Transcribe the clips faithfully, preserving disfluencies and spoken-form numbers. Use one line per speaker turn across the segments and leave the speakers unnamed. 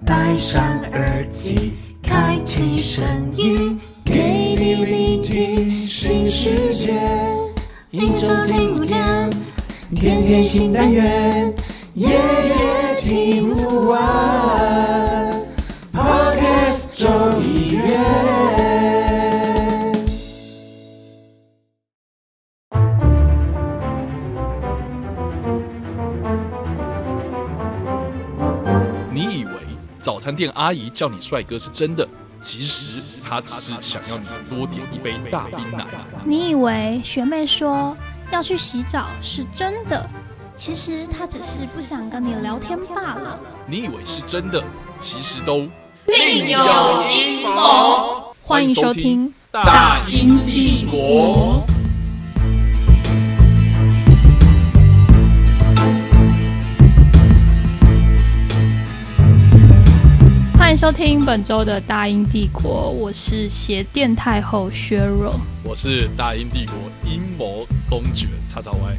戴上耳机，开启声音，给你聆听新世界。一周听五天，天天新单元，夜夜听不完。Podcast 周一月。
你以为早餐店阿姨叫你帅哥是真的，其实她只是想要你多点一杯大冰奶。
你以为学妹说要去洗澡是真的，其实她只是不想跟你聊天罢了。
你以为是真的，其实都
另有阴谋。欢迎收听《
大英帝国》。
欢迎收听本周的大英帝国，我是鞋店太后薛若，
我是大英帝国阴谋公爵叉叉 Y。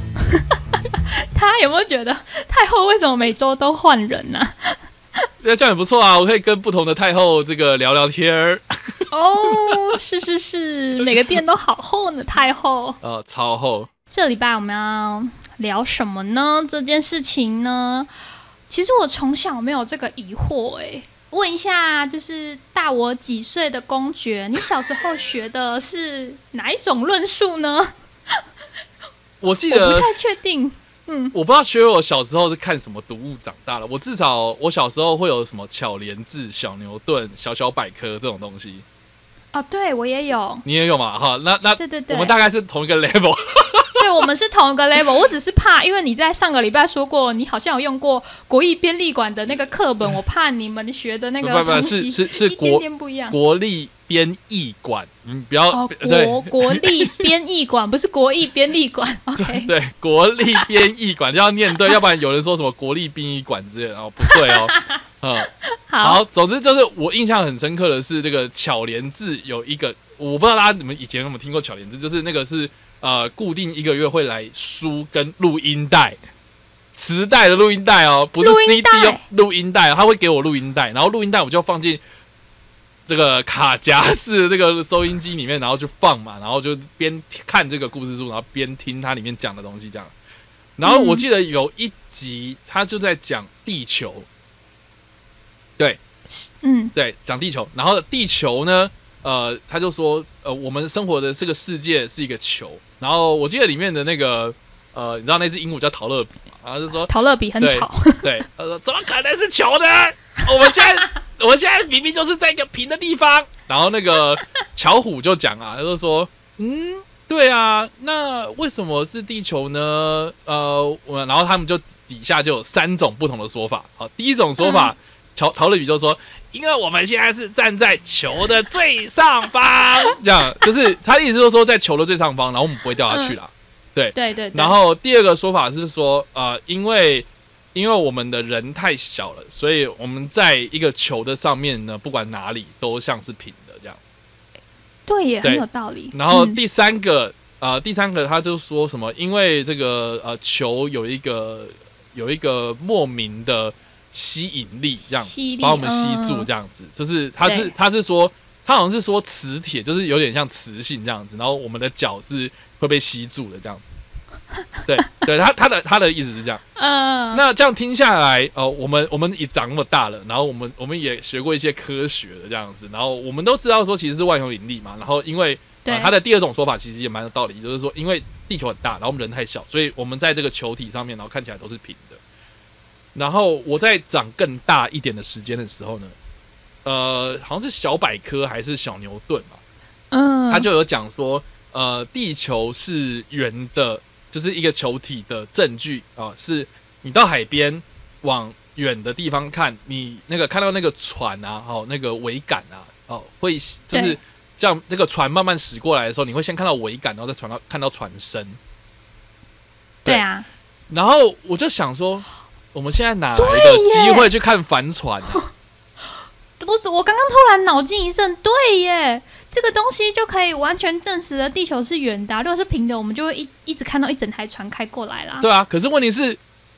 他有没有觉得太后为什么每周都换人呢、啊？
那这样也不错啊，我可以跟不同的太后这个聊聊天儿。
哦，是是是，每个店都好厚呢，太后。
呃，超厚。
这礼拜我们要聊什么呢？这件事情呢，其实我从小没有这个疑惑哎、欸。问一下，就是大我几岁的公爵，你小时候学的是哪一种论述呢？
我记得
我不太确定。嗯，
我不知道薛若小时候是看什么读物长大的。我至少我小时候会有什么巧莲智、小牛顿、小小百科这种东西。
哦，对我也有，
你也有嘛？哈，那那
对对对，
我们大概是同一个 level。
对，我们是同一个 level。我只是怕，因为你在上个礼拜说过，你好像有用过国艺编译馆的那个课本，我怕你们学的那个东西
是是是
一点点不一样。
国立编译馆，嗯，不要、
哦、
对
国国立编译馆，不是国艺编译馆。OK，
对，国立编译馆就要念对，要不然有人说什么国立编译馆之类的，哦，不对哦。嗯，
好，
好，总之就是我印象很深刻的是这个巧莲智有一个，我不知道大家你们以前有没有听过巧莲智，就是那个是。呃，固定一个月会来书跟录音带，磁带的录音带哦，不是 C D 哦，录音带，他会给我录音带，然后录音带我就放进这个卡夹式这个收音机里面，然后就放嘛，然后就边看这个故事书，然后边听它里面讲的东西这样。然后我记得有一集，他就在讲地球，对，
嗯，
对，讲地球，然后地球呢，呃，他就说，呃，我们生活的这个世界是一个球。然后我记得里面的那个呃，你知道那只鹦鹉叫陶乐比嘛？然后就说
陶乐比很吵，
对，他说怎么可能是球呢？我们现在我们现在明明就是在一个平的地方。然后那个巧虎就讲啊，他就说，嗯，对啊，那为什么是地球呢？呃，我然后他们就底下就有三种不同的说法。好，第一种说法，嗯、陶陶乐比就说。因为我们现在是站在球的最上方，这样就是他的意思就是说在球的最上方，然后我们不会掉下去啦。嗯、对
对 对, 对。
然后第二个说法是说，呃，因为因为我们的人太小了，所以我们在一个球的上面呢，不管哪里都像是平的这样。
对也很有道理。
然后第三个，嗯、呃，第三个他就说什么？因为这个呃球有一个有一个莫名的。吸引力这样把我们吸住，这样子、嗯、就是他是他是说他好像是说磁铁，就是有点像磁性这样子，然后我们的脚是会被吸住的这样子。对对，他他的他的意思是这样。嗯，那这样听下来，呃，我们我们也长那么大了，然后我们我们也学过一些科学的这样子，然后我们都知道说其实是万有引力嘛，然后因为呃他的第二种说法其实也蛮有道理，就是说因为地球很大，然后我们人太小，所以我们在这个球体上面，然后看起来都是平的。然后我在长更大一点的时间的时候呢，呃，好像是小百科还是小牛顿吧，嗯，他就有讲说，呃，地球是圆的，就是一个球体的证据啊、呃，是你到海边往远的地方看，你那个看到那个船啊，哦，那个桅杆啊，哦，会就是这样，这个船慢慢驶过来的时候，你会先看到桅杆，然后再船到看到船身，
对, 对啊，
然后我就想说。我们现在哪来的机会去看帆船、啊？
不是，我刚刚突然脑筋一震，对耶，这个东西就可以完全证实了地球是圆的、啊。如果是平的，我们就会 一, 一直看到一整台船开过来啦。
对啊，可是问题是，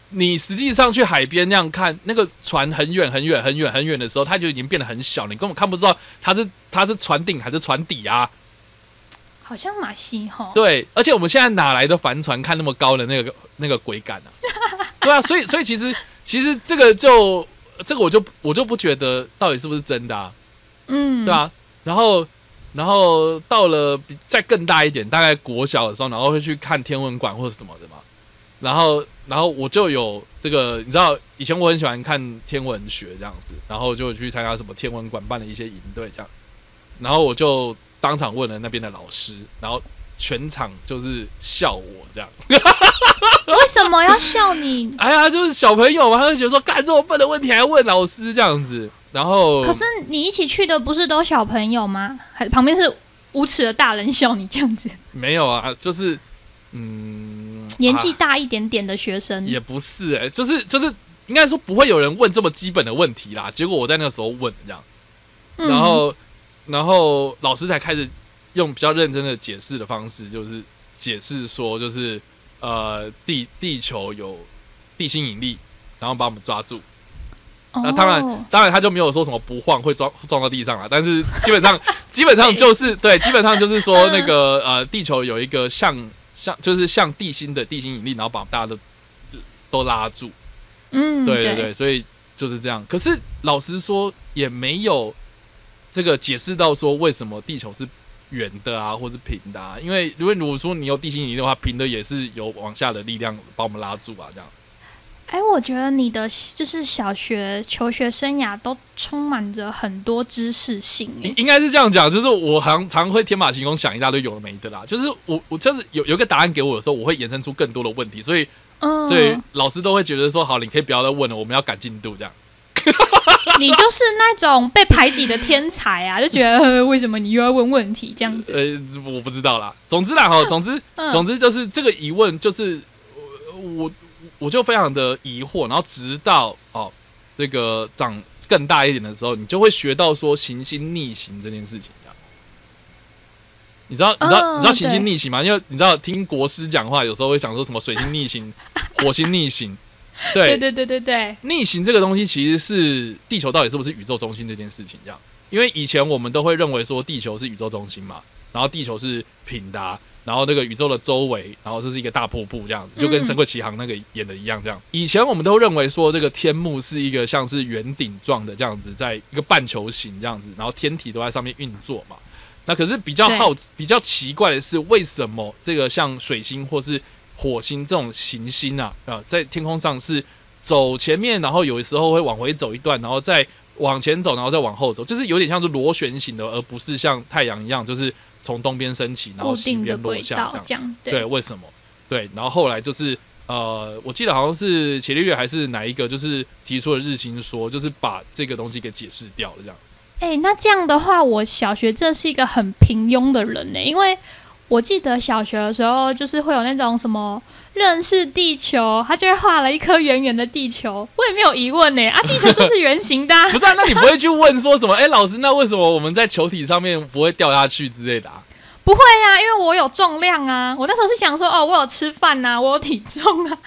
你实际上去海边那样看，那个船很远很远很远很远的时候，它就已经变得很小，你根本看不知道它是它是船顶还是船底啊。
好像马西齁。
对，而且我们现在哪来的帆船看那么高的那个那个桅杆啊？对啊，所以所以其实其实这个就这个我就我就不觉得到底是不是真的啊？嗯，对啊。然后然后到了比再更大一点，大概国小的时候，然后会去看天文馆或者什么的嘛。然后然后我就有这个，你知道以前我很喜欢看天文学这样子，然后就去参加什么天文馆办的一些营队这样，然后我就当场问了那边的老师，然后全场就是笑我这样。
为什么要笑你？
哎呀，就是小朋友嘛，他就觉得说，干这么笨的问题还问老师这样子。然后，
可是你一起去的不是都小朋友吗？还旁边是无耻的大人笑你这样子？
没有啊，就是嗯，
年纪大一点点的学生、啊、
也不是哎、欸，就是就是应该说不会有人问这么基本的问题啦。结果我在那个时候问这样，然后。嗯然后老师才开始用比较认真的解释的方式，就是解释说，就是呃地地球有地心引力，然后把我们抓住。那、oh. 当然，当然他就没有说什么不晃会撞撞到地上了，但是基本上基本上就是对，基本上就是说那个呃地球有一个像像就是像地心的地心引力，然后把大家都都拉住。嗯，对对 对, 对，所以就是这样。可是老实说，也没有。这个解释到说为什么地球是圆的啊，或是平的啊？因为如果如果说你有地心引力的话，平的也是有往下的力量把我们拉住啊，这样。
哎，我觉得你的就是小学求学生涯都充满着很多知识性。
应该是这样讲，就是我常常会天马行空想一大堆有的没的啦。就是我我就是有有一个答案给我的时候，我会衍生出更多的问题，所以、嗯、所以老师都会觉得说，好，你可以不要再问了，我们要赶进度这样。
你就是那种被排挤的天才啊，就觉得、呃、为什么你又要问问题这样子？
呃，我不知道啦。总之啦，哈，总之、嗯，总之就是这个疑问，就是我我就非常的疑惑，然后直到哦这个长更大一点的时候，你就会学到说行星逆行这件事情。你知道你知道、哦、你知道行星逆行吗？因为你知道听国师讲话，有时候会讲说什么水星逆行、火星逆行。对
对对对对，
逆行这个东西其实是地球到底是不是宇宙中心这件事情，这样。因为以前我们都会认为说地球是宇宙中心嘛，然后地球是平的、啊，然后那个宇宙的周围，然后这是一个大瀑布这样子，就跟《神鬼奇航》那个演的一样这样。以前我们都认为说这个天幕是一个像是圆顶状的这样子，在一个半球形这样子，然后天体都在上面运作嘛。那可是比较好比较奇怪的是，为什么这个像水星或是火星这种行星啊，呃，在天空上是走前面，然后有的时候会往回走一段，然后再往前走，然后再往后走，就是有点像是螺旋形的，而不是像太阳一样，就是从东边升起，然后西边落下这样。
对，
对，为什么？对，然后后来就是呃，我记得好像是伽利略还是哪一个，就是提出了日心说，就是把这个东西给解释掉了这样。
哎、欸，那这样的话，我小学真的是一个很平庸的人呢、欸，因为我记得小学的时候，就是会有那种什么认识地球，他就会画了一颗圆圆的地球，我也没有疑问呢、欸，啊，地球就是圆形的、啊。
不是啊，那你不会去问说什么？哎、欸，老师，那为什么我们在球体上面不会掉下去之类的啊？
不会啊，因为我有重量啊。我那时候是想说，哦，我有吃饭啊，我有体重啊。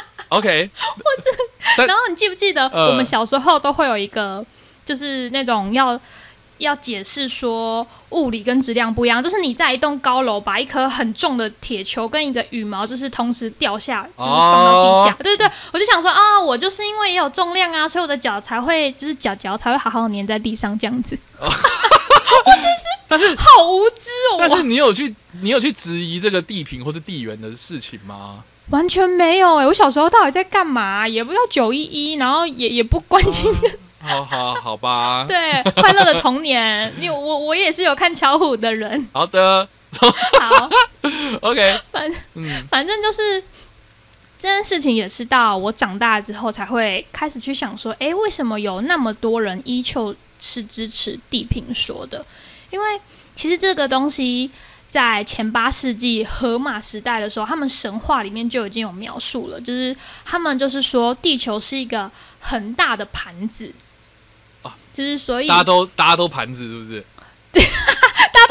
OK，
我真。然后你记不记得，我们小时候都会有一个，就是那种要。要解释说物理跟质量不一样，就是你在一栋高楼把一颗很重的铁球跟一个羽毛就是同时掉下，就是放到地下。Oh. 对对对，我就想说啊，我就是因为也有重量啊，所以我的脚才会就是脚脚才会好好粘在地上这样子。Oh. 我真是，但是好无知哦。
但是你有去你有去质疑这个地平或是地缘的事情吗？
完全没有哎、欸，我小时候到底在干嘛？也不要九一一，然后也也不关心。Oh.
好好好吧，
对，快乐的童年，你我我也是有看巧虎的人。
好的，
好
，OK，
反、嗯、反正就是这件事情也是到我长大之后才会开始去想说，哎、欸，为什么有那么多人依旧是支持地平说的？因为其实这个东西在前八世纪荷马时代的时候，他们神话里面就已经有描述了，就是他们就是说地球是一个很大的盘子。就是所以
大家都大家都盘子是不是？
对，大家都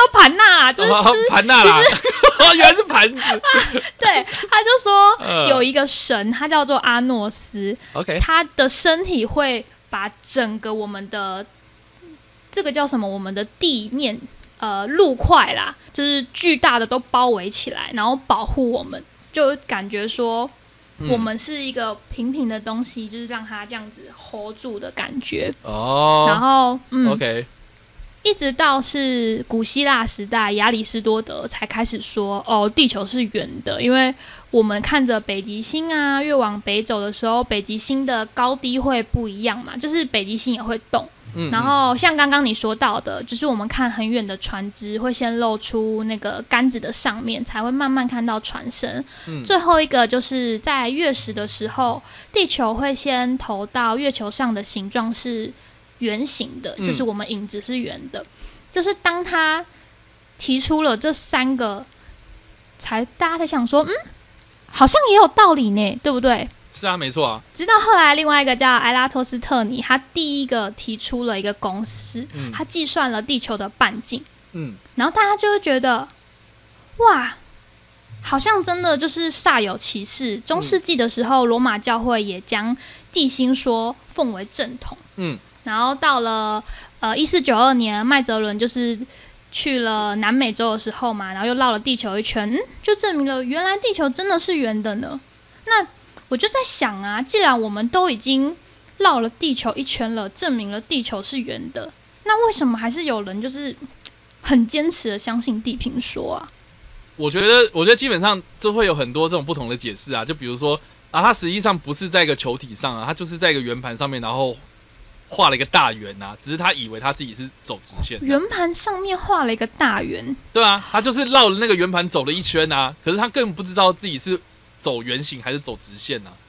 说盘纳啦，就是、
哦、
就是
盘纳啦，哦，原来是盘子。
对，他就说、
呃、
有一个神，他叫做阿诺斯
，OK，
他的身体会把整个我们的这个叫什么，我们的地面呃陆块啦，就是巨大的都包围起来，然后保护我们，就感觉说。我们是一个平平的东西，就是让它这样子 hold 住的感觉。
哦，
然后，嗯
，OK，
一直到是古希腊时代，亚里士多德才开始说，哦，地球是圆的，因为我们看着北极星啊，越往北走的时候，北极星的高低会不一样嘛，就是北极星也会动。嗯、然后像刚刚你说到的，就是我们看很远的船只会先露出那个杆子的上面，才会慢慢看到船身、嗯、最后一个就是在月食的时候，地球会先投到月球上的形状是圆形的、嗯、就是我们影子是圆的，就是当他提出了这三个，才大家才想说嗯好像也有道理呢，对不对？
是啊，没错啊。
直到后来，另外一个叫埃拉托斯特尼，他第一个提出了一个公式，嗯、他计算了地球的半径，嗯，然后大家就会觉得，哇，好像真的就是煞有其事。中世纪的时候，罗马教会也将地心说奉为正统，嗯，然后到了呃一四九二年，麦哲伦就是去了南美洲的时候嘛，然后又绕了地球一圈，嗯，就证明了原来地球真的是圆的呢。那我就在想啊，既然我们都已经绕了地球一圈了，证明了地球是圆的，那为什么还是有人就是很坚持的相信地平说啊？
我觉得，我觉得基本上就会有很多这种不同的解释啊。就比如说啊，它实际上不是在一个球体上啊，它就是在一个圆盘上面，然后画了一个大圆啊，只是他以为他自己是走直线。
圆盘上面画了一个大圆，
对啊，他就是绕了那个圆盘走了一圈啊，可是他根本不知道自己是走圆形还是走直线啊？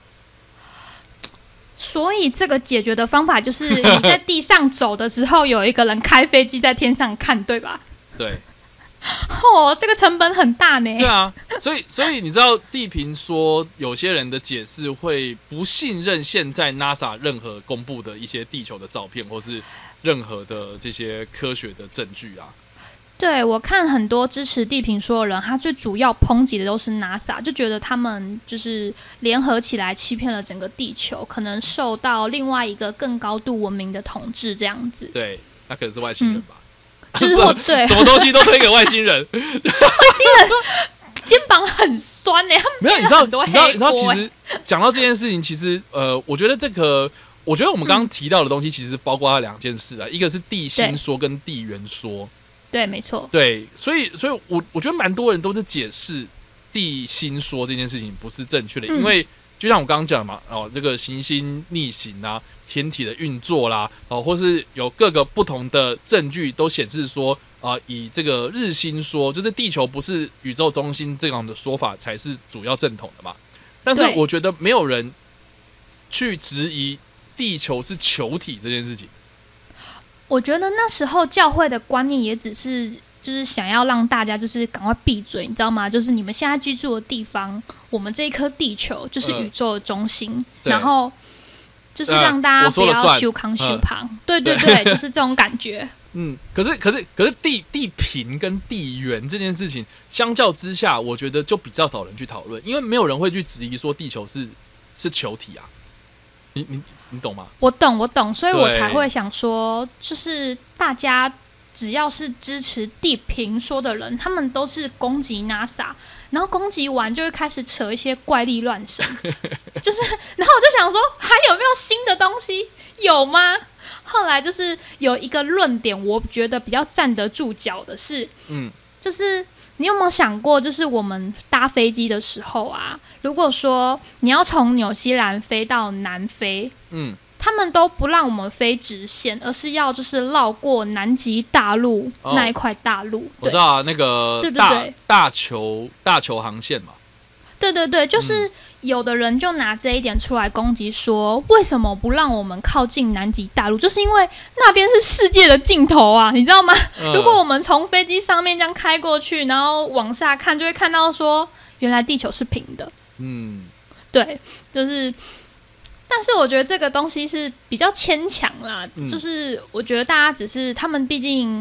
所以这个解决的方法就是你在地上走的时候，有一个人开飞机在天上看，对吧？
对。
哦，这个成本很大呢。
对啊，所以所以你知道地平说有些人的解释会不信任现在 NASA 任何公布的一些地球的照片，或是任何的这些科学的证据啊。
对，我看很多支持地平说的人，他最主要抨击的都是 NASA， 就觉得他们就是联合起来欺骗了整个地球，可能受到另外一个更高度文明的统治这样子。
对，那可能是外星人吧。
嗯、就是我对
什么东西都推给外星人，外星
人肩膀很酸呢、欸。
没有，你知道，你知道，你知道，其实讲到这件事情，其实呃，我觉得这个，我觉得我们刚刚提到的东西，其实包括两件事啊，一个是地心说跟地缘说。
对，没错。对，
所以，所以我我觉得蛮多人都是解释地心说这件事情不是正确的，嗯、因为就像我刚刚讲嘛，哦，这个行星逆行啊，天体的运作啦，哦，或是有各个不同的证据都显示说，啊、呃，以这个日心说，就是地球不是宇宙中心这样的说法才是主要正统的嘛。但是我觉得没有人去质疑地球是球体这件事情。
我觉得那时候教会的观念也只是就是想要让大家就是赶快闭嘴，你知道吗？就是你们现在居住的地方，我们这一颗地球就是宇宙的中心，呃、然后就是让大家不要修康修旁，呃、对对对，就是这种感觉。
嗯，可是可是可是地地平跟地缘这件事情，相较之下，我觉得就比较少人去讨论，因为没有人会去质疑说地球是是球体啊。你你你懂吗？
我懂，我懂，所以我才会想说，就是大家只要是支持地平说的人，他们都是攻击 NASA， 然后攻击完就会开始扯一些怪力乱神，就是，然后我就想说，还有没有新的东西？有吗？后来就是有一个论点，我觉得比较站得住脚的是，嗯，就是你有没有想过，就是我们搭飞机的时候啊，如果说你要从纽西兰飞到南非，嗯，他们都不让我们飞直线，而是要就是绕过南极大陆、哦、那一块大陆。
我知道啊，那个大对对对大球大球航线嘛。
对对对，就是有的人就拿这一点出来攻击说，为什么不让我们靠近南极大陆？就是因为那边是世界的尽头啊，你知道吗？呃、如果我们从飞机上面这样开过去，然后往下看，就会看到说，原来地球是平的。嗯，对，就是，但是我觉得这个东西是比较牵强啦，嗯、就是我觉得大家只是他们毕竟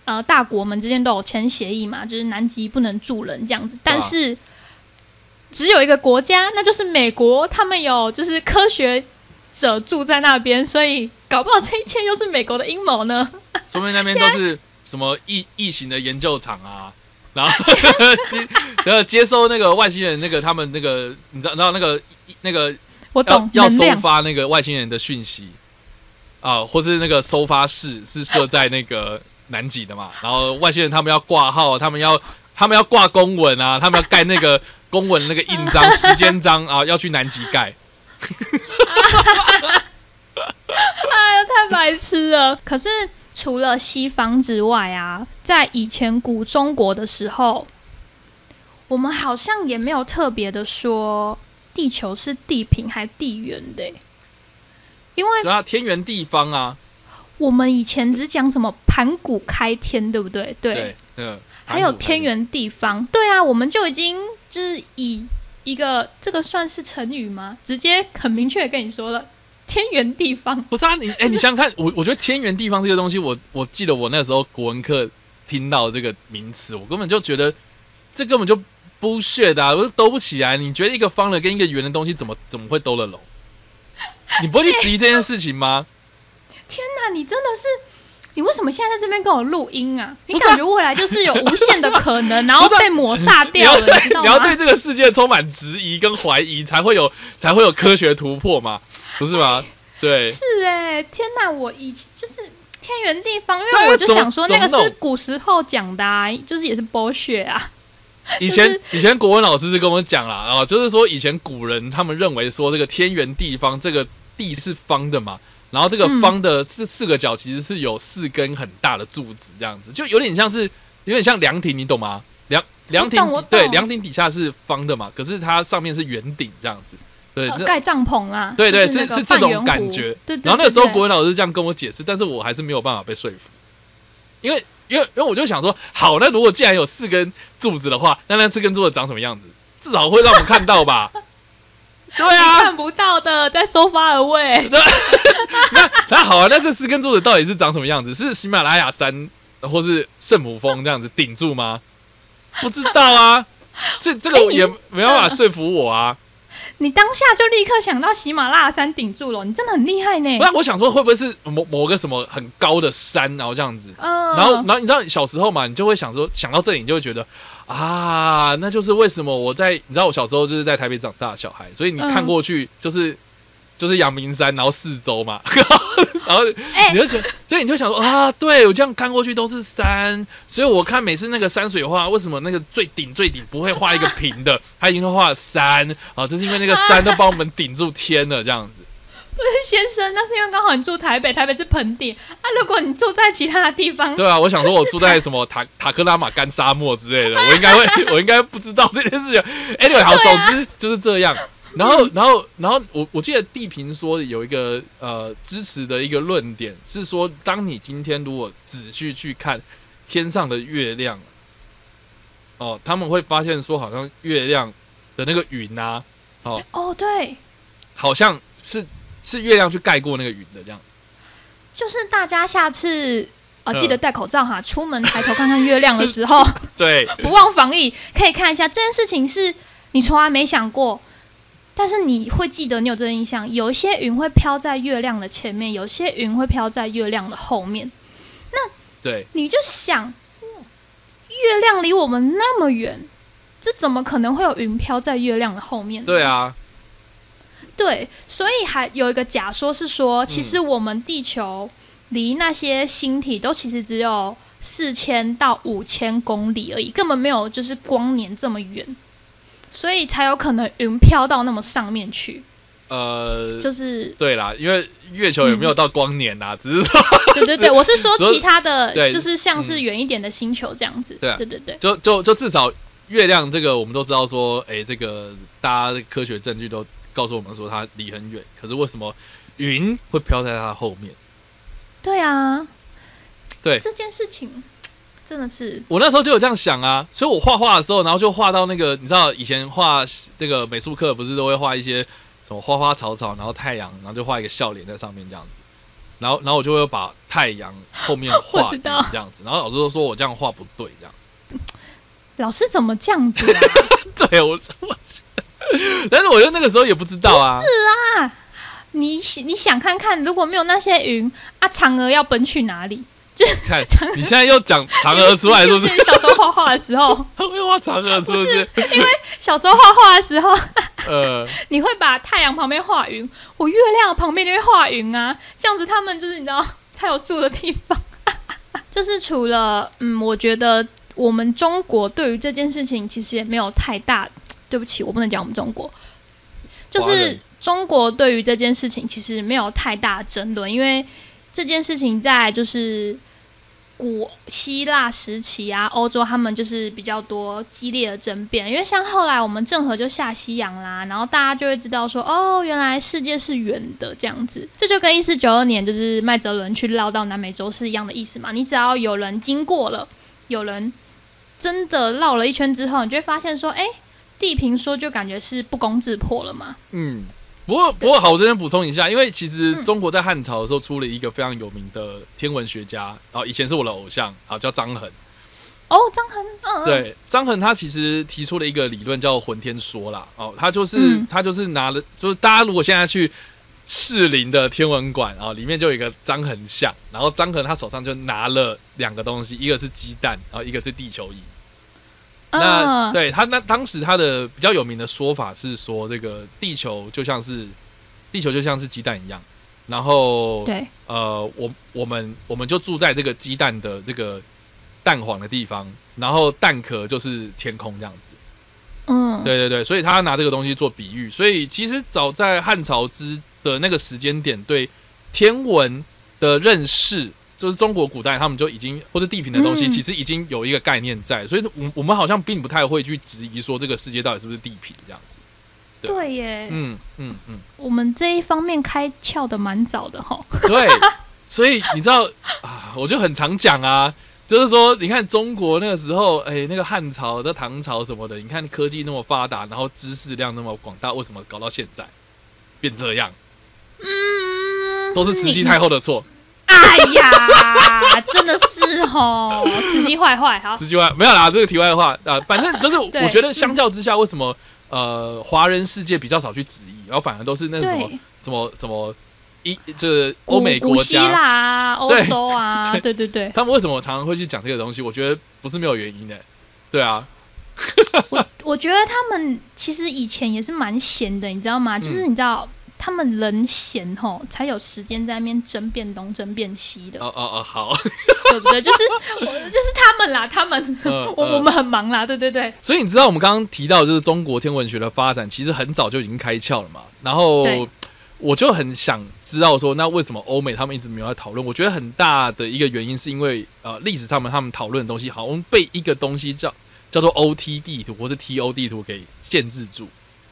呃大国们之间都有签协议嘛，就是南极不能住人这样子，但是只有一个国家，那就是美国，他们有就是科学者住在那边，所以搞不好这一切又是美国的阴谋呢。
说明那边都是什么异异形的研究场啊，然后然后接收那个外星人那个他们那个你知道，然后那个那个
我懂
要要收发那个外星人的讯息啊，或是那个收发室是设在那个南极的嘛，然后外星人他们要挂号，他们要他们要挂公文啊，他们要盖那个公文那个印章时间章啊，要去南极盖。
哎呀，太白痴了！可是除了西方之外啊，在以前古中国的时候，我们好像也没有特别的说地球是地平还地圆的、欸，因为
天圆地方啊。
我们以前只讲什么盘古开天，对不对？对，
对嗯，
还有天圆地方。对啊，我们就已经就是以一个这个算是成语吗？直接很明确的跟你说了。天圆地方
不是啊，你哎、欸，你想想看，我我觉得天圆地方这个东西，我我记得我那时候国文课听到这个名词，我根本就觉得这根本就 bullshit 啊，我兜不起来。你觉得一个方的跟一个圆的东西怎么怎么会兜得拢？你不会去质疑这件事情吗？
天哪，你真的是，你为什么现在在这边跟我录音啊？你感觉未来就是有无限的可能，然后被抹煞掉了，你, 你知道吗？
你要对这个世界充满质疑跟怀疑，才会有才会有科学突破嘛，不是吗？对，
是哎、欸，天哪，我以前就是天圆地方，因为我就想说那个是古时候讲的、啊，就是也是 bullshit 啊。
以前、就是、以前国文老师是跟我讲啦，啊，就是说以前古人他们认为说这个天圆地方，这个地是方的嘛。然后这个方的四四个角其实是有四根很大的柱子，这样子就有点像是有点像凉亭，你懂吗？凉凉亭对，凉亭底下是方的嘛，可是它上面是圆顶这样子，对，
呃、盖帐篷啊，
对对，
是
是是这种感觉。
对对对对，
然后那个时候国文老师这样跟我解释，但是我还是没有办法被说服，因为因为因为我就想说，好，那如果既然有四根柱子的话，那那四根柱子长什么样子？至少会让我们看到吧。对啊，
看不到的，在收发而位。
对，那那好啊，那这四根柱子到底是长什么样子？是喜马拉雅山或是圣母峰这样子顶住吗？不知道啊，这这个也没办法说服我啊。
你当下就立刻想到喜马拉雅山顶住了，你真的很厉害呢。
不然我想说，会不会是某某个什么很高的山，然后这样子，嗯、然后然后你知道小时候嘛，你就会想说，想到这里你就会觉得啊，那就是为什么我在你知道我小时候就是在台北长大的小孩，所以你看过去就是、嗯、就是阳明山，然后四周嘛，然后你就觉得，欸、对，你就想说啊，对我这样看过去都是山，所以我看每次那个山水画，为什么那个最顶最顶不会画一个平的，他一定会画山啊？这是因为那个山都帮我们顶住天了，这样子。
不是先生，那是因为刚好你住台北，台北是盆地啊。如果你住在其他的地方，
对啊，我想说我住在什么塔塔克拉玛干沙漠之类的，我应该会，我应该不知道这件事情。Anyway， 好，总之就是这样。然后，然后，然后我我记得地平说有一个呃支持的一个论点是说，当你今天如果仔细去看天上的月亮，哦，他们会发现说，好像月亮的那个云啊，哦
哦对，
好像是是月亮去盖过那个云的，这样。
就是大家下次呃记得戴口罩哈，嗯、出门抬头看看月亮的时候，
对，
不忘防疫，可以看一下这件事情是你从来没想过。但是你会记得，你有这个印象，有一些云会飘在月亮的前面，有些云会飘在月亮的后面。那
对，
你就想，月亮离我们那么远，这怎么可能会有云飘在月亮的后面？
对啊，
对，所以还有一个假说是说，其实我们地球离那些星体都其实只有四千到五千公里而已，根本没有就是光年这么远。所以才有可能云飘到那么上面去，呃，就是
对啦，因为月球也没有到光年啦，嗯、只是说，
对对对，我是说其他的，就是像是远一点的星球这样子，嗯、对对对，
就就就至少月亮这个我们都知道说，哎、欸，这个大家科学证据都告诉我们说它离很远，可是为什么云会飘在它后面？
对啊，
对
这件事情。真的是，
我那时候就有这样想啊，所以我画画的时候，然后就画到那个，你知道以前画那个美术课不是都会画一些什么花花草草，然后太阳，然后就画一个笑脸在上面这样子，然后然后我就会把太阳后面画鱼这样子，然后老师都说我这样画不对，这样。
老师怎么这样子啊？
对我我，但是我觉得那个时候也不知道啊。
不是啊，你你想看看，如果没有那些云啊，嫦娥要奔去哪里？就
看你现在又讲嫦娥出来，是不是？
小时候画画的时候，
会画嫦娥，是不是？
因为小时候画画的时候，
呃，
你会把太阳旁边画云，我月亮旁边就会画云啊，这样子他们就是你知道才有住的地方。就是除了嗯，我觉得我们中国对于这件事情其实也没有太大，对不起，我不能讲我们中国，就是中国对于这件事情其实没有太大的争论，因为这件事情在就是古希腊时期啊，欧洲他们就是比较多激烈的争辩，因为像后来我们郑和就下西洋啦，然后大家就会知道说，哦，原来世界是圆的这样子，这就跟一四九二年就是麦哲伦去绕到南美洲是一样的意思嘛。你只要有人经过了，有人真的绕了一圈之后，你就会发现说，哎，地平说就感觉是不攻自破了嘛。
嗯。不过，不过好，我这边补充一下，因为其实中国在汉朝的时候出了一个非常有名的天文学家，然后以前是我的偶像，啊，叫张衡。
哦，张衡，嗯，
对，张衡他其实提出了一个理论叫浑天说啦，哦，他就是、嗯、他就是拿了，就是大家如果现在去士林的天文馆啊、哦，里面就有一个张衡像，然后张衡他手上就拿了两个东西，一个是鸡蛋，然后一个是地球仪。那、uh, 对他那当时他的比较有名的说法是说，这个地球就像是地球就像是鸡蛋一样，然后
对
呃，我我们我们就住在这个鸡蛋的这个蛋黄的地方，然后蛋壳就是天空这样子。
嗯，
对对对，所以他拿这个东西做比喻，所以其实早在汉朝之的那个时间点，对天文的认识。就是中国古代他们就已经或是地平的东西、嗯、其实已经有一个概念在，所以我们好像并不太会去质疑说这个世界到底是不是地平这样子。
对, 对耶，
嗯嗯嗯，
我们这一方面开窍的蛮早的齁。
对，所以你知道啊，我就很常讲啊，就是说你看中国那个时候，哎、欸，那个汉朝的唐朝什么的，你看科技那么发达，然后知识量那么广大，为什么搞到现在变这样？
嗯，
都是慈禧太后的错。
哎呀，真的是齁，慈禧坏坏，好，
慈禧坏没有啦，这个题外话啊，反正就是我觉得相较之下，为什么呃华人世界比较少去质疑，然后反而都是那什么什么什么一这个欧美国家、
古希腊啊、欧洲啊，对对 对, 对，
他们为什么常常会去讲这个东西？我觉得不是没有原因的，对啊。
我我觉得他们其实以前也是蛮闲的，你知道吗？就是你知道。嗯，他们人闲吼，才有时间在那边争辩东争辩西的。
哦哦哦，好，
对不对？就是就是他们啦，他们、呃、我、呃、我们很忙啦，对对对。
所以你知道我们刚刚提到，就是中国天文学的发展，其实很早就已经开窍了嘛。然后我就很想知道说，那为什么欧美他们一直没有在讨论？我觉得很大的一个原因是因为呃，历史上面他们讨论的东西，好像被一个东西叫叫做 O T 地图或是 T O 地图给限制住。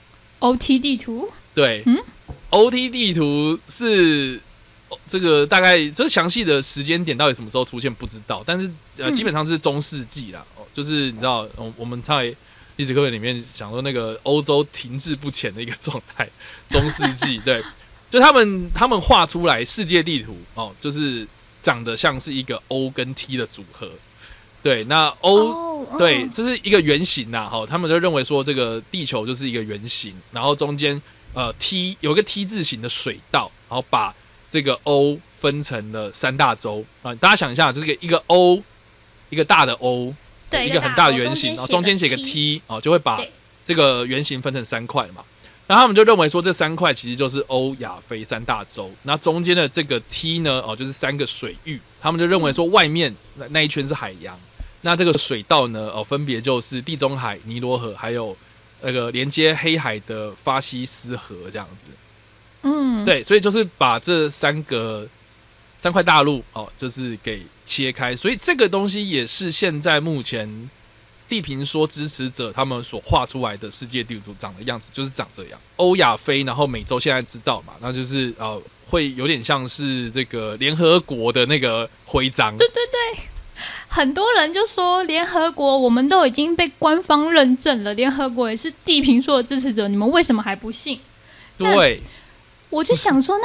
O T 地图？对，
嗯。O T 地图是这个大概就是详细的时间点到底什么时候出现不知道，但是呃基本上是中世纪啦，哦、就是你知道我们在历史课本里面讲说那个欧洲停滞不前的一个状态，中世纪对，就他们他们画出来世界地图哦，就是长得像是一个 O 跟 T 的组合。对，那 O、oh, 对，这、就是一个圆形呐，哈，他们就认为说这个地球就是一个圆形，然后中间呃 T 有一个 T 字形的水道，然后把这个 O 分成了三大洲啊。大家想一下，这个一个 O， 一个大的 O，
对，
一个很大的圆形，然后中间写个 T 啊，就会把这个圆形分成三块嘛。那他们就认为说，这三块其实就是欧亚非三大洲。那中间的这个 T 呢，哦，就是三个水域。他们就认为说，外面那一圈是海洋。那这个水道呢，哦，分别就是地中海、尼罗河，还有那个连接黑海的法西斯河这样子。
嗯，
对，所以就是把这三个三块大陆哦，就是给切开。所以这个东西也是现在目前地平说支持者他们所画出来的世界地图长的样子，就是长这样。欧亚非，然后美洲现在知道嘛，那就是呃，会有点像是这个联合国的那个徽章。
对对对。很多人就说联合国我们都已经被官方认证了，联合国也是地平说的支持者，你们为什么还不信？
对，
我就想说，那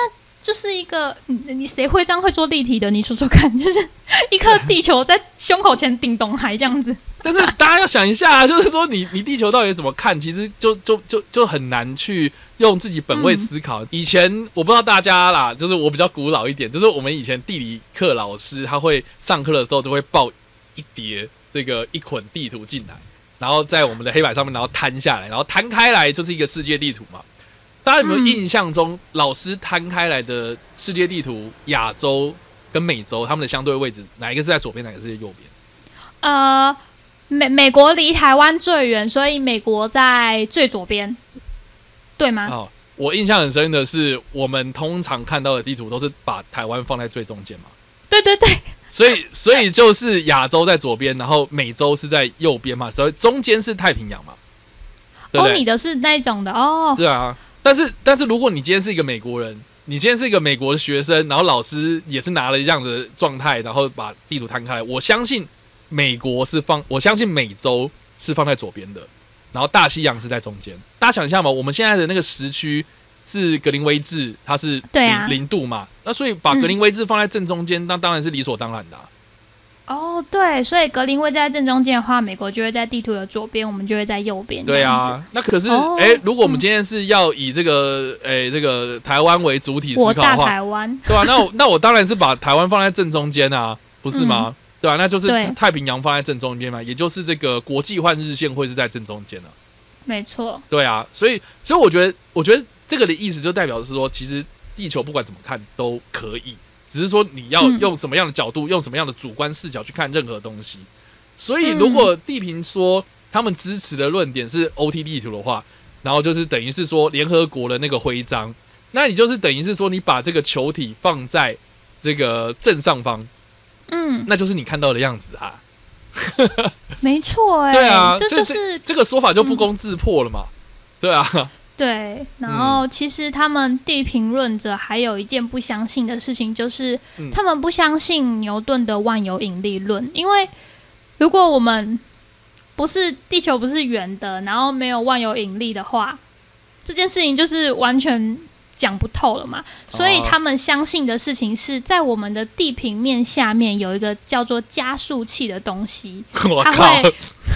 就是一个你谁会这样会做立体的？你说说看，就是一颗地球在胸口前顶东海这样子。
但是大家要想一下、啊，就是说你你地球到底怎么看？其实就就就就很难去用自己本位思考。嗯、以前我不知道大家啦，就是我比较古老一点，就是我们以前地理课老师他会上课的时候就会报一叠这个一捆地图进来，然后在我们的黑板上面，然后摊下来，然后摊开来就是一个世界地图嘛。大家有没有印象中，嗯、老师摊开来的世界地图，亚洲跟美洲他们的相对位置，哪一个是在左边，哪个是在右边？
呃。美美国离台湾最远，所以美国在最左边，对吗？
哦，我印象很深的是，我们通常看到的地图都是把台湾放在最中间嘛。
对对对。
所以，所以就是亚洲在左边，然后美洲是在右边嘛，所以中间是太平洋嘛。对不对？
哦，你的是那种的哦。
对啊，但是但是如果你今天是一个美国人，你今天是一个美国的学生，然后老师也是拿了这样的状态，然后把地图摊开来，我相信。美国是放，我相信美洲是放在左边的，然后大西洋是在中间。大家想一下嘛，我们现在的那个时区是格林威治，它是零、啊、零度嘛，那所以把格林威治放在正中间，嗯、那当然是理所当然的、啊。
哦，对，所以格林威治在正中间的话，美国就会在地图的左边，我们就会在右边。
对啊，那可是哎、哦欸，如果我们今天是要以这个哎、欸、这个台湾为主体思考的话，
我大台湾，
对啊，那我那我当然是把台湾放在正中间啊，不是吗？嗯对啊，那就是太平洋放在正中间嘛，也就是这个国际换日线会是在正中间啊。
没错。
对啊，所以所以我觉得，我觉得这个的意思就代表是说，其实地球不管怎么看都可以，只是说你要用什么样的角度，嗯、用什么样的主观视角去看任何东西。所以，如果地平说他们支持的论点是 O T 地图的话，然后就是等于是说联合国的那个徽章，那你就是等于是说你把这个球体放在这个正上方。嗯，那就是你看到的样子啊，
没错哎、欸，
对啊，
这就是
这个说法就不攻自破了嘛，嗯、对啊，
对。然后其实他们地平论者还有一件不相信的事情，就是他们不相信牛顿的万有引力论，因为如果我们不是地球不是圆的，然后没有万有引力的话，这件事情就是完全。讲不透了嘛，所以他们相信的事情是在我们的地平面下面有一个叫做加速器的东西，它会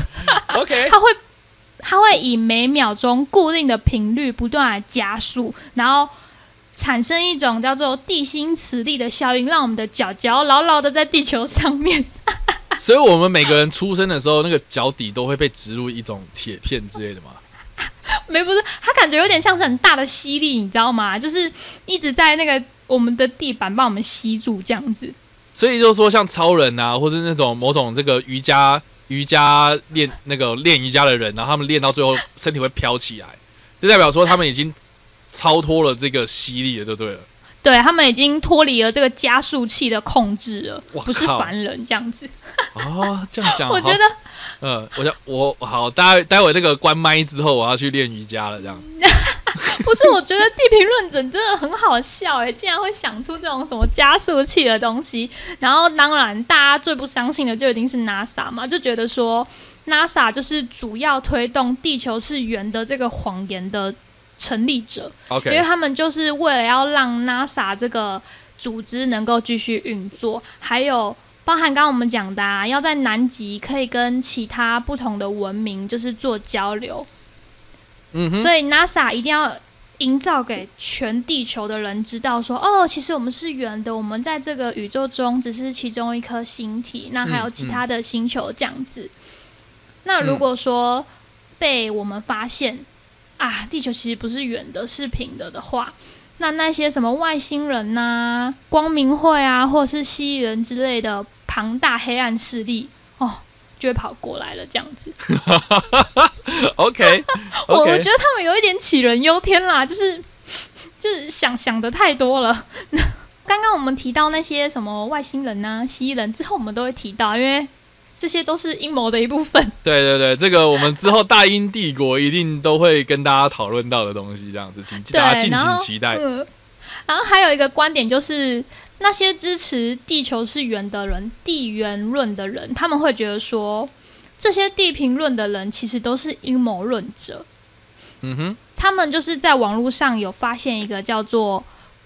，OK，
它会它会以每秒钟固定的频率不断的加速，然后产生一种叫做地心磁力的效应，让我们的脚脚牢牢的在地球上面。
所以我们每个人出生的时候，那个脚底都会被植入一种铁片之类的嘛。
没不是，它感觉有点像是很大的吸力，你知道吗？就是一直在那个我们的地板帮我们吸住这样子。
所以就是说，像超人啊，或是那种某种这个瑜伽瑜伽练那个练瑜伽的人，然后他们练到最后身体会飘起来，就代表说他们已经超脱了这个吸力了，就对了。
对，他们已经脱离了这个加速器的控制了，不是凡人这样子。
哦，这样讲，
我觉得，
呃，我想我好，待待会这个关麦之后，我要去练瑜伽了，这样。
不是，我觉得地平论者真的很好笑哎，竟然会想出这种什么加速器的东西。然后，当然大家最不相信的就一定是 NASA 嘛，就觉得说 NASA 就是主要推动地球是圆的这个谎言的成立者，
okay.
因为他们就是为了要让 NASA 这个组织能够继续运作，还有包含刚刚我们讲的、啊，要在南极可以跟其他不同的文明就是做交流，嗯哼，所以 NASA 一定要营造给全地球的人知道说，哦，其实我们是圆的，我们在这个宇宙中只是其中一颗星体，那还有其他的星球这样子。嗯嗯、那如果说被我们发现啊，地球其实不是圆的，是平的的话，那那些什么外星人啊、光明会啊，或者是蜥蜴人之类的庞大黑暗势力，哦，就会跑过来了，这样子。
OK，
我我觉得他们有一点杞人忧天啦，就是就是想想的太多了。刚刚我们提到那些什么外星人啊、蜥蜴人之后，我们都会提到，因为这些都是阴谋的一部分。
对对对，这个我们之后大英帝国一定都会跟大家讨论到的东西，这样子，请大家敬请期待。
嗯，然后还有一个观点就是，那些支持地球是圆的人，地圆论的人，他们会觉得说，这些地平论的人其实都是阴谋论者。嗯哼，他们就是在网络上有发现一个叫做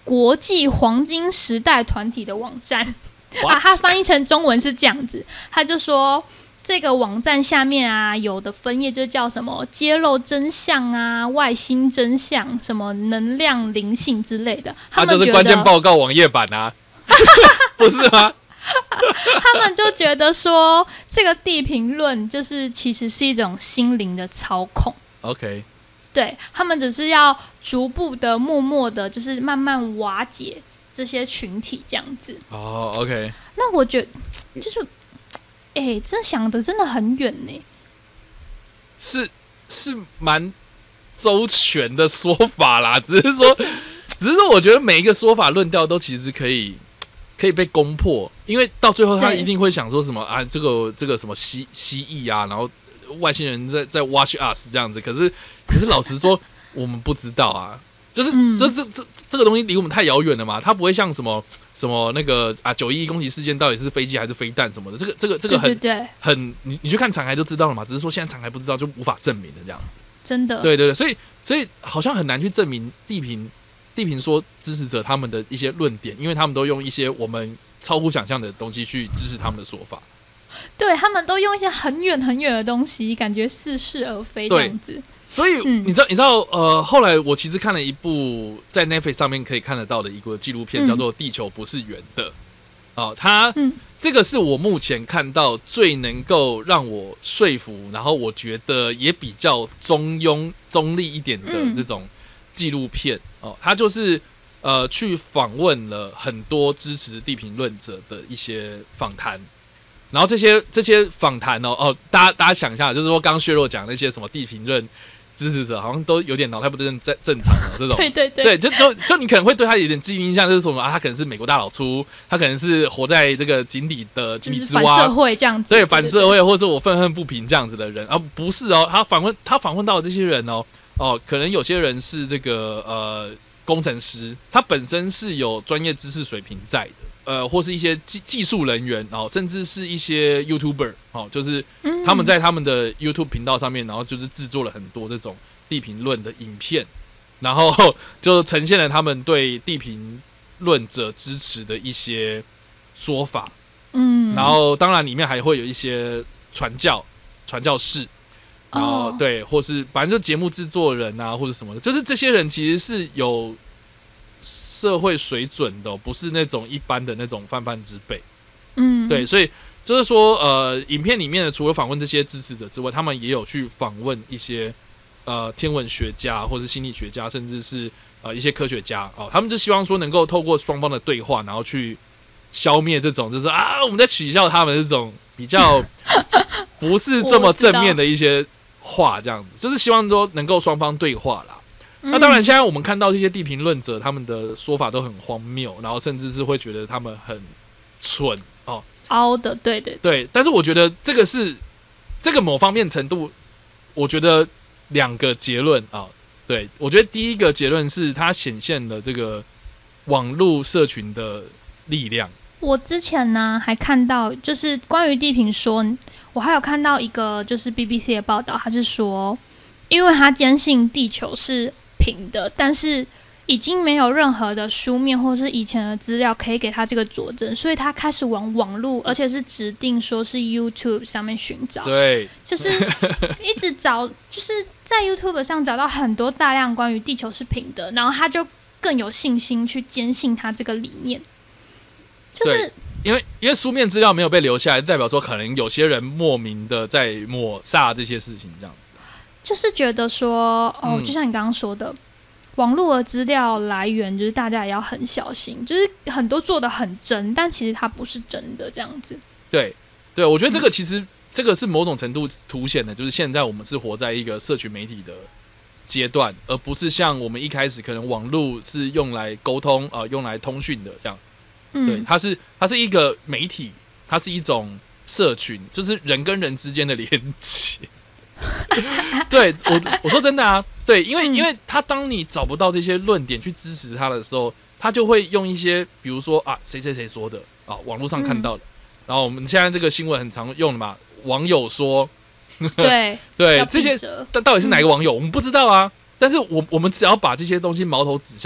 国际黄金时代团体的网站啊，它翻译成中文是这样子，他就说这个网站下面啊有的分页就叫什么揭露真相啊、外星真相、什么能量灵性之类的，他们
就是关键报告网页版啊，不是吗？
他们就觉得说这个地平论就是其实是一种心灵的操控。
OK。
对，他们只是要逐步的、默默的，就是慢慢瓦解这些群体这样子。
哦、oh, ，OK。
那我觉得就是，哎、欸，真想的真的很远呢。
是是蛮周全的说法啦，只是说，就是、只是说，我觉得每一个说法论调都其实可以可以被攻破，因为到最后他一定会想说什么啊，这个这个什么蜥蜥蜴啊，然后。外星人在在 watch us 这样子，可是可是老实说，我们不知道啊，就是、嗯、这这这这个东西离我们太遥远了嘛，它不会像什么什么那个啊九一一攻击事件到底是飞机还是飞弹什么的，这个这个这个很
对对对
很你你去看残骸就知道了嘛，只是说现在残骸不知道就无法证明的这样子，
真的
对对对，所以所以好像很难去证明地平地平说支持者他们的一些论点，因为他们都用一些我们超乎想象的东西去支持他们的说法。
对，他们都用一些很远很远的东西，感觉似是而非这样子。
所以、嗯、你知道，你知道，呃，后来我其实看了一部在 Netflix 上面可以看得到的一个纪录片，嗯、叫做《地球不是圆的》。哦、呃，它、嗯、这个是我目前看到最能够让我说服，然后我觉得也比较中庸、中立一点的这种纪录片。哦、呃，它就是呃去访问了很多支持地平论者的一些访谈。然后这些这些访谈哦哦，大家大家想一下，就是说刚刚薛若讲那些什么地平论支持者，好像都有点脑袋不正正正常的这种，
对对对，
对，就就就你可能会对他有点既定印象，就是什么啊，他可能是美国大老粗，他可能是活在这个井底的井底之蛙，
就是、反社会这样子，
对，反社会或者我愤恨不平这样子的人，啊，不是哦，他访问他访问到的这些人哦哦，可能有些人是这个呃工程师，他本身是有专业知识水平在的。呃，或是一些技技术人员哦，甚至是一些 YouTuber 哦，就是他们在他们的 YouTube 频道上面，然后就是制作了很多这种地平论的影片，然后就呈现了他们对地平论者支持的一些说法。嗯，然后当然里面还会有一些传教传教士，然后、哦、对，或是反正就节目制作人啊，或者什么的，就是这些人其实是有社会水准的、哦，不是那种一般的那种泛泛之辈。嗯，对，所以就是说，呃，影片里面的除了访问这些支持者之外，他们也有去访问一些呃天文学家，或是心理学家，甚至是呃一些科学家哦。他们就希望说能够透过双方的对话，然后去消灭这种就是啊我们在取笑他们这种比较不是这么正面的一些话，这样子，就是希望说能够双方对话啦。那当然，现在我们看到这些地平论者，他们的说法都很荒谬，然后甚至是会觉得他们很蠢哦，
凹的，对对
对, 对。但是我觉得这个是这个某方面程度，我觉得两个结论啊、哦。对，我觉得第一个结论是它显现了这个网络社群的力量。
我之前呢还看到，就是关于地平说，我还有看到一个就是 B B C 的报道，他是说，因为他坚信地球是平的，但是已经没有任何的书面或是以前的资料可以给他这个佐证，所以他开始往网络，而且是指定说是 YouTube 上面寻找，
对，
就是一直找，就是在 YouTube 上找到很多大量关于地球是平的，然后他就更有信心去坚信他这个理念，就是
因为因为书面资料没有被留下来，代表说可能有些人莫名的在抹煞这些事情，这样子。
就是觉得说，哦，就像你刚刚说的，嗯、网络的资料来源就是大家也要很小心，就是很多做的很真，但其实它不是真的这样子。
对，对，我觉得这个其实、嗯、这个是某种程度凸显的，就是现在我们是活在一个社群媒体的阶段，而不是像我们一开始可能网络是用来沟通啊、呃，用来通讯的这样。嗯，对，它是它是一个媒体，它是一种社群，就是人跟人之间的连接。对，我我说真的啊，对，因为、嗯、因为他当你找不到这些论点去支持他的时候，他就会用一些比如说啊谁谁谁说的啊，网络上看到的、嗯，然后我们现在这个新闻很常用的嘛，网友说，
对
对，这些但到底是哪个网友、嗯、我们不知道啊，但是我我们只要把这些东西矛头指向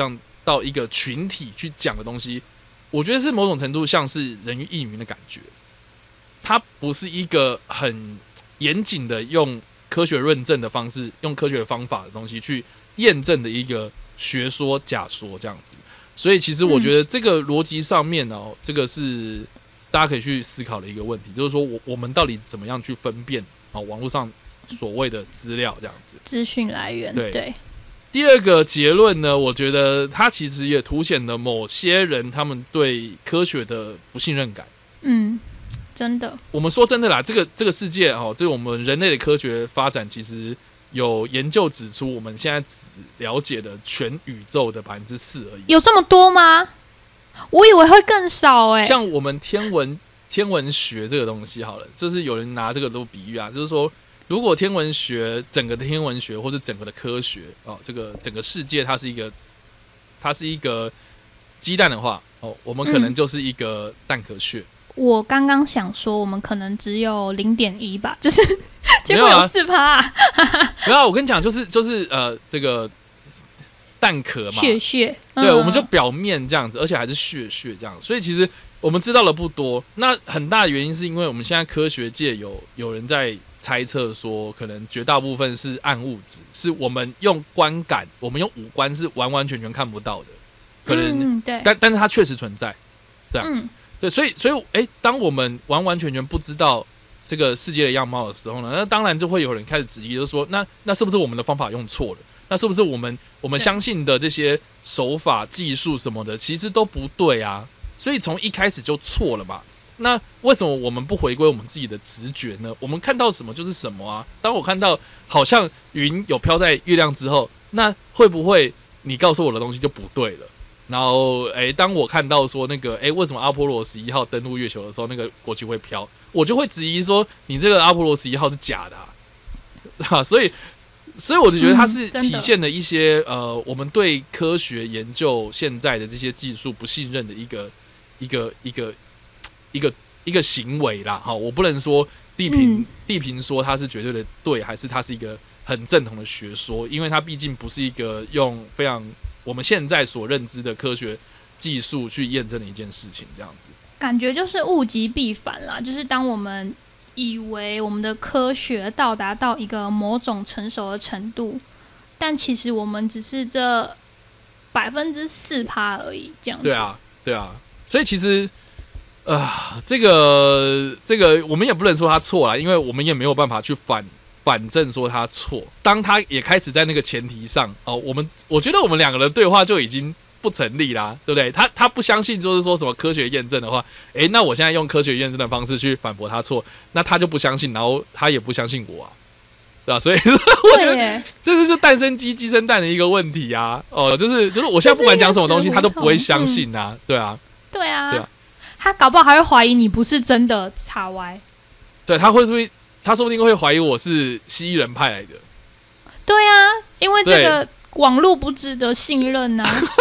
到一个群体去讲的东西，我觉得是某种程度像是人云亦云的感觉。它不是一个很严谨的用科学论证的方式，用科学方法的东西去验证的一个学说假说这样子。所以其实我觉得这个逻辑上面哦，这个是大家可以去思考的一个问题，就是说我我们到底怎么样去分辨啊网络上所谓的资料这样子，
资讯来源。对。对
第二个结论呢，我觉得它其实也凸显了某些人他们对科学的不信任感。
嗯，真的。
我们说真的啦，这个这个世界哦，这个我们人类的科学发展，其实有研究指出，我们现在只了解的全宇宙的百分之四而已。
有这么多吗？我以为会更少哎、欸。
像我们天文天文学这个东西，好了，就是有人拿这个都比喻啊，就是说。如果天文学整个的天文学或是整个的科学哦，这个整个世界它是一个它是一个鸡蛋的话哦，我们可能就是一个蛋壳穴。嗯、
我刚刚想说，我们可能只有零点一吧，就是结果有四趴、啊。
没有、啊，我跟你讲，就是就是呃，这个蛋壳嘛，
穴穴，
嗯、对，我们就表面这样子，而且还是穴穴这样，所以其实我们知道的不多。那很大的原因是因为我们现在科学界有有人在。猜测说，可能绝大部分是暗物质，是我们用观感，我们用五官是完完全全看不到的，可能，
嗯、对，
但但是它确实存在，这样子，
嗯、
对，所以所以，哎，当我们完完全全不知道这个世界的样貌的时候呢，那当然就会有人开始质疑，就是说，那那是不是我们的方法用错了？那是不是我们我们相信的这些手法、技术什么的，其实都不对啊？所以从一开始就错了嘛？那为什么我们不回归我们自己的直觉呢？我们看到什么就是什么啊！当我看到好像云有飘在月亮之后，那会不会你告诉我的东西就不对了？然后，哎，当我看到说那个，哎，为什么阿波罗十一号登陆月球的时候，那个国旗会飘，我就会质疑说，你这个阿波罗十一号是假的啊！啊所以，所以我就觉得它是体现了一些、嗯、呃，我们对科学研究现在的这些技术不信任的一个一个一个。一个一个行为啦，哈，我不能说地平、嗯、地平说它是绝对的对，还是它是一个很正统的学说，因为它毕竟不是一个用非常我们现在所认知的科学技术去验证的一件事情，这样子。
感觉就是物极必反啦，就是当我们以为我们的科学到达到一个某种成熟的程度，但其实我们只是这百分之四趴而已，这样子。
对啊，对啊，所以其实。啊、呃，这个这个我们也不能说他错啦，因为我们也没有办法去反反证说他错。当他也开始在那个前提上哦，我们我觉得我们两个人对话就已经不成立啦，对不对？他他不相信，就是说什么科学验证的话，诶，那我现在用科学验证的方式去反驳他错，那他就不相信，然后他也不相信我啊，对吧？所以我觉得这就是蛋生鸡，鸡生蛋的一个问题啊。哦，就是就是我现在不管讲什么东西，他都不会相信啊，嗯、对啊，
对啊，
对啊。
他搞不好还会怀疑你不是真的叉 Y，
对，他会不会，他说不定会怀疑我是蜥蜴人派来的。
对啊，因为这个网络不值得信任啊。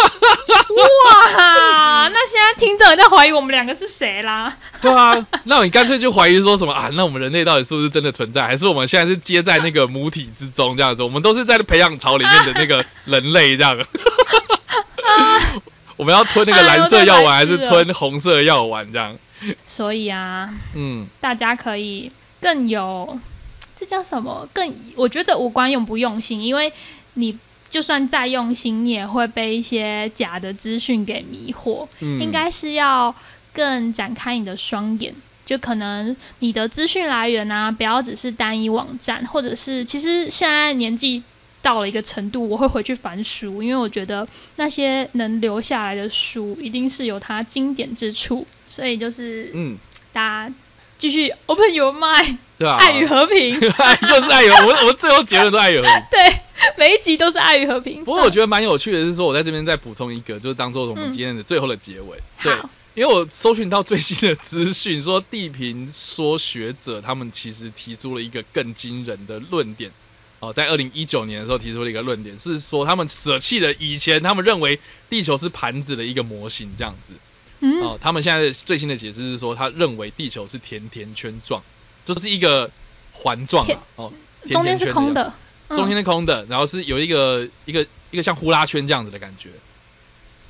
哇，那现在听着人在怀疑我们两个是谁啦？
对啊，那你干脆就怀疑说什么啊？那我们人类到底是不是真的存在，还是我们现在是接在那个母体之中这样子？我们都是在培养槽里面的那个人类这样。我们要吞那个蓝色药丸，还是吞红色药丸这样？
所以啊，
嗯，
大家可以更有，这叫什么？更我觉得这无关用不用心，因为你就算再用心，你也会被一些假的资讯给迷惑。嗯，应该是要更展开你的双眼，就可能你的资讯来源啊，不要只是单一网站，或者是其实现在年纪。到了一个程度，我会回去翻书，因为我觉得那些能留下来的书，一定是有它经典之处。所以就是，嗯，大家继续 open your mind，
对啊，
爱与和平，
爱就是爱与和平。我们我们最后结论都爱与和平。
对，每一集都是爱与和平。
不过我觉得蛮有趣的是说，我在这边再补充一个，就是当做我们今天的最后的结尾。嗯、对，因为我搜寻到最新的资讯，说地平说学者他们其实提出了一个更惊人的论点。哦，在二零一九年的时候提出了一个论点，是说他们舍弃了以前他们认为地球是盘子的一个模型，这样子。嗯，哦，他们现在最新的解释是说，他认为地球是甜甜圈状，就是一个环状啊，哦，甜甜圈
中间是空的，
嗯、中间是空的，然后是有一个一个一个像呼啦圈这样子的感觉。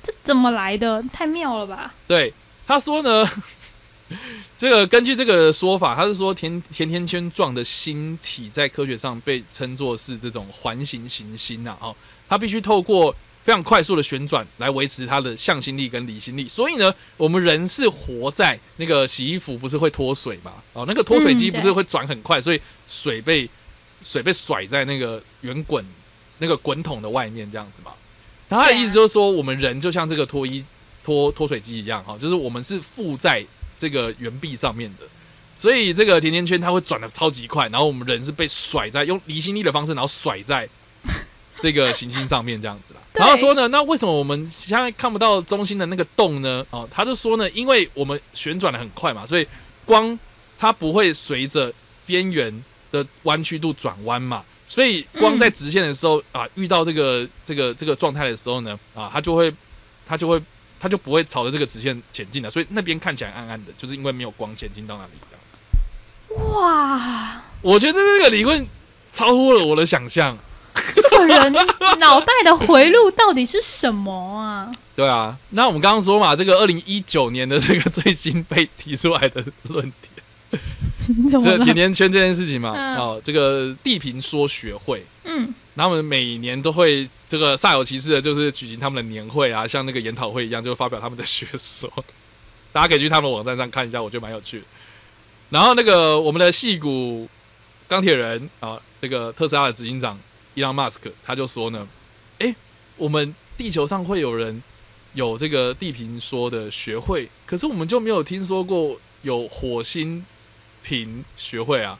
这怎么来的？太妙了吧？
对，他说呢，这个根据这个说法，他是说甜甜甜圈状的星体在科学上被称作是这种环形行星啊，哦，它必须透过非常快速的旋转来维持它的向心力跟离心力，所以呢，我们人是活在那个洗衣服不是会脱水嘛？哦，那个脱水机不是会转很快，嗯、所以水被水被甩在那个圆滚那个滚筒的外面这样子嘛。然后他的意思就是说，我们人就像这个脱衣脱脱水机一样，哈，就是我们是附在这个圆壁上面的，所以这个甜甜圈它会转得超级快，然后我们人是被甩在用离心力的方式，然后甩在这个行星上面这样子啦。然后说呢，那为什么我们现在看不到中心的那个洞呢？哦，他就说呢，因为我们旋转得很快嘛，所以光它不会随着边缘的弯曲度转弯嘛，所以光在直线的时候、嗯、啊，遇到这个这个这个状态的时候呢，啊，它就会它就会它就不会朝着这个直线前进了，所以那边看起来暗暗的，就是因为没有光前进到那里这样子。
哇，
我觉得这个理论超乎了我的想象。
这个人脑袋的回路到底是什么啊？
对啊，那我们刚刚说嘛，这个二零一九年的这个最新被提出来的论点，这个甜甜圈这件事情嘛，嗯、哦，这个地平说学会，嗯，他们每年都会这个煞有其事的，就是举行他们的年会啊，像那个研讨会一样，就发表他们的学说。大家可以去他们的网站上看一下，我觉得蛮有趣的。然后那个我们的矽谷钢铁人啊，那个特斯拉的执行长伊朗马斯克他就说呢，哎，我们地球上会有人有这个地平说的学会，可是我们就没有听说过有火星平学会啊。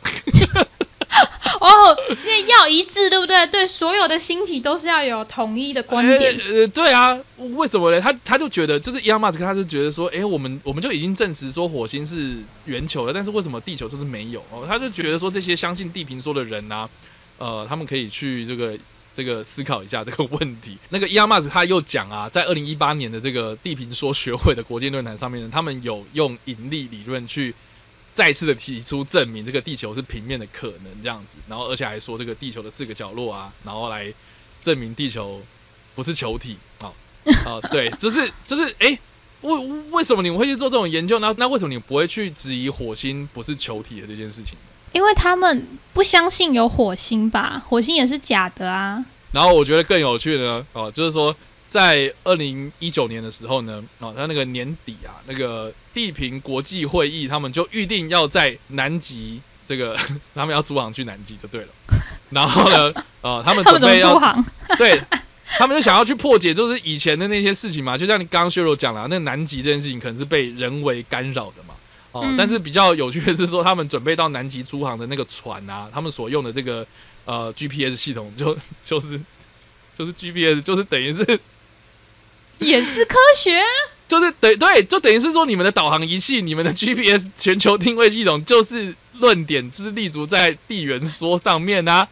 哦，那要一致，对不对？对，所有的星体都是要有统一的观点。
呃，对啊，为什么呢？他他就觉得，就是伊朗马斯克，他就觉得说，哎，我们我们就已经证实说火星是圆球了，但是为什么地球就是没有？哦，他就觉得说，这些相信地平说的人啊，呃，他们可以去这个这个思考一下这个问题。那个伊朗马斯克他又讲啊，在二零一八年的这个地平说学会的国际论坛上面呢，他们有用引力理论去再次的提出证明这个地球是平面的可能这样子，然后而且还说这个地球的四个角落啊，然后来证明地球不是球体啊啊、哦，对，就是就是哎，为为什么你们会去做这种研究呢？那为什么你不会去质疑火星不是球体的这件事情？
因为他们不相信有火星吧，火星也是假的啊。
然后我觉得更有趣的呢，哦，就是说在二零一九年的时候呢，哦，他那个年底啊，那个地平国际会议，他们就预定要在南极这个，他们要租航去南极就对了。然后呢，呃，他们准备要
他们怎么租航？
对，他们就想要去破解，就是以前的那些事情嘛，就像你刚刚薛柔讲了，那个南极这件事情可能是被人为干扰的嘛。哦，嗯、但是比较有趣的是说，他们准备到南极租航的那个船啊，他们所用的这个呃 G P S 系统就就是就是 G P S， 就是等于是
也是科学，
就是等对，就等于是说你们的导航仪器、你们的 G P S 全球定位系统就是论点，就是立足在地缘说上面啊。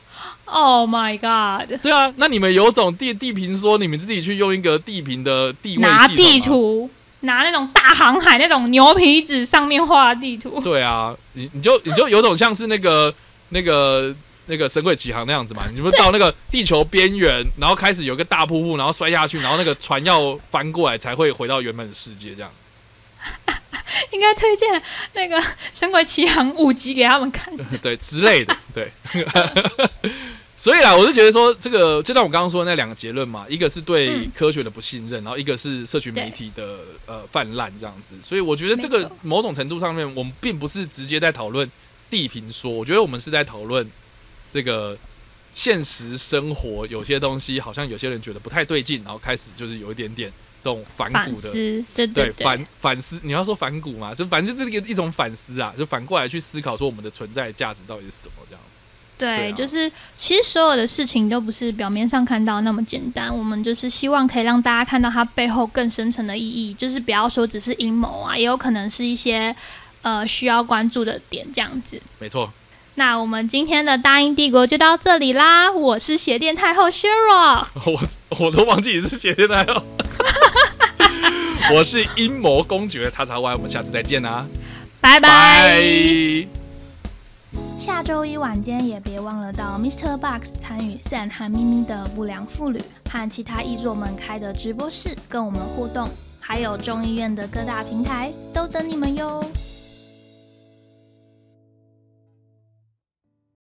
Oh my god！
对啊，那你们有种地地平说，你们自己去用一个地平的地位系统、啊，
拿地图。拿那种大航海那种牛皮纸上面画地图，
对啊，你你就你就有种像是那个那个那个神鬼奇航那样子嘛，你不是到那个地球边缘，然后开始有个大瀑布，然后摔下去，然后那个船要翻过来才会回到原本的世界这样。
应该推荐那个神鬼奇航五集给他们看，
对之类的，对。所以啦，我是觉得说，这个就像我刚刚说的那两个结论嘛，一个是对科学的不信任，嗯、然后一个是社群媒体的呃泛滥这样子。所以我觉得这个某种程度上面，我们并不是直接在讨论地平说，我觉得我们是在讨论这个现实生活有些东西，好像有些人觉得不太对劲，然后开始就是有一点点这种反骨的，
反思对对对
反反思。你要说反骨嘛，就反正就是一种反思啊，就反过来去思考说我们的存在的价值到底是什么这样子。
对，对啊、就是其实所有的事情都不是表面上看到那么简单，我们就是希望可以让大家看到它背后更深层的意义，就是不要说只是阴谋啊，也有可能是一些呃需要关注的点这样子。
没错。
那我们今天的大英帝国就到这里啦，我是鞋店太后 Shiro，
我我都忘记你是鞋店太后，我是阴谋公爵叉叉 Y， 我们下次再见啦，
拜拜。
拜。
下周一晚间也别忘了到 Mister Box 参与 Sam 和咪咪的不良妇女和其他译作们开的直播室跟我们互动，还有众议院的各大平台都等你们哟。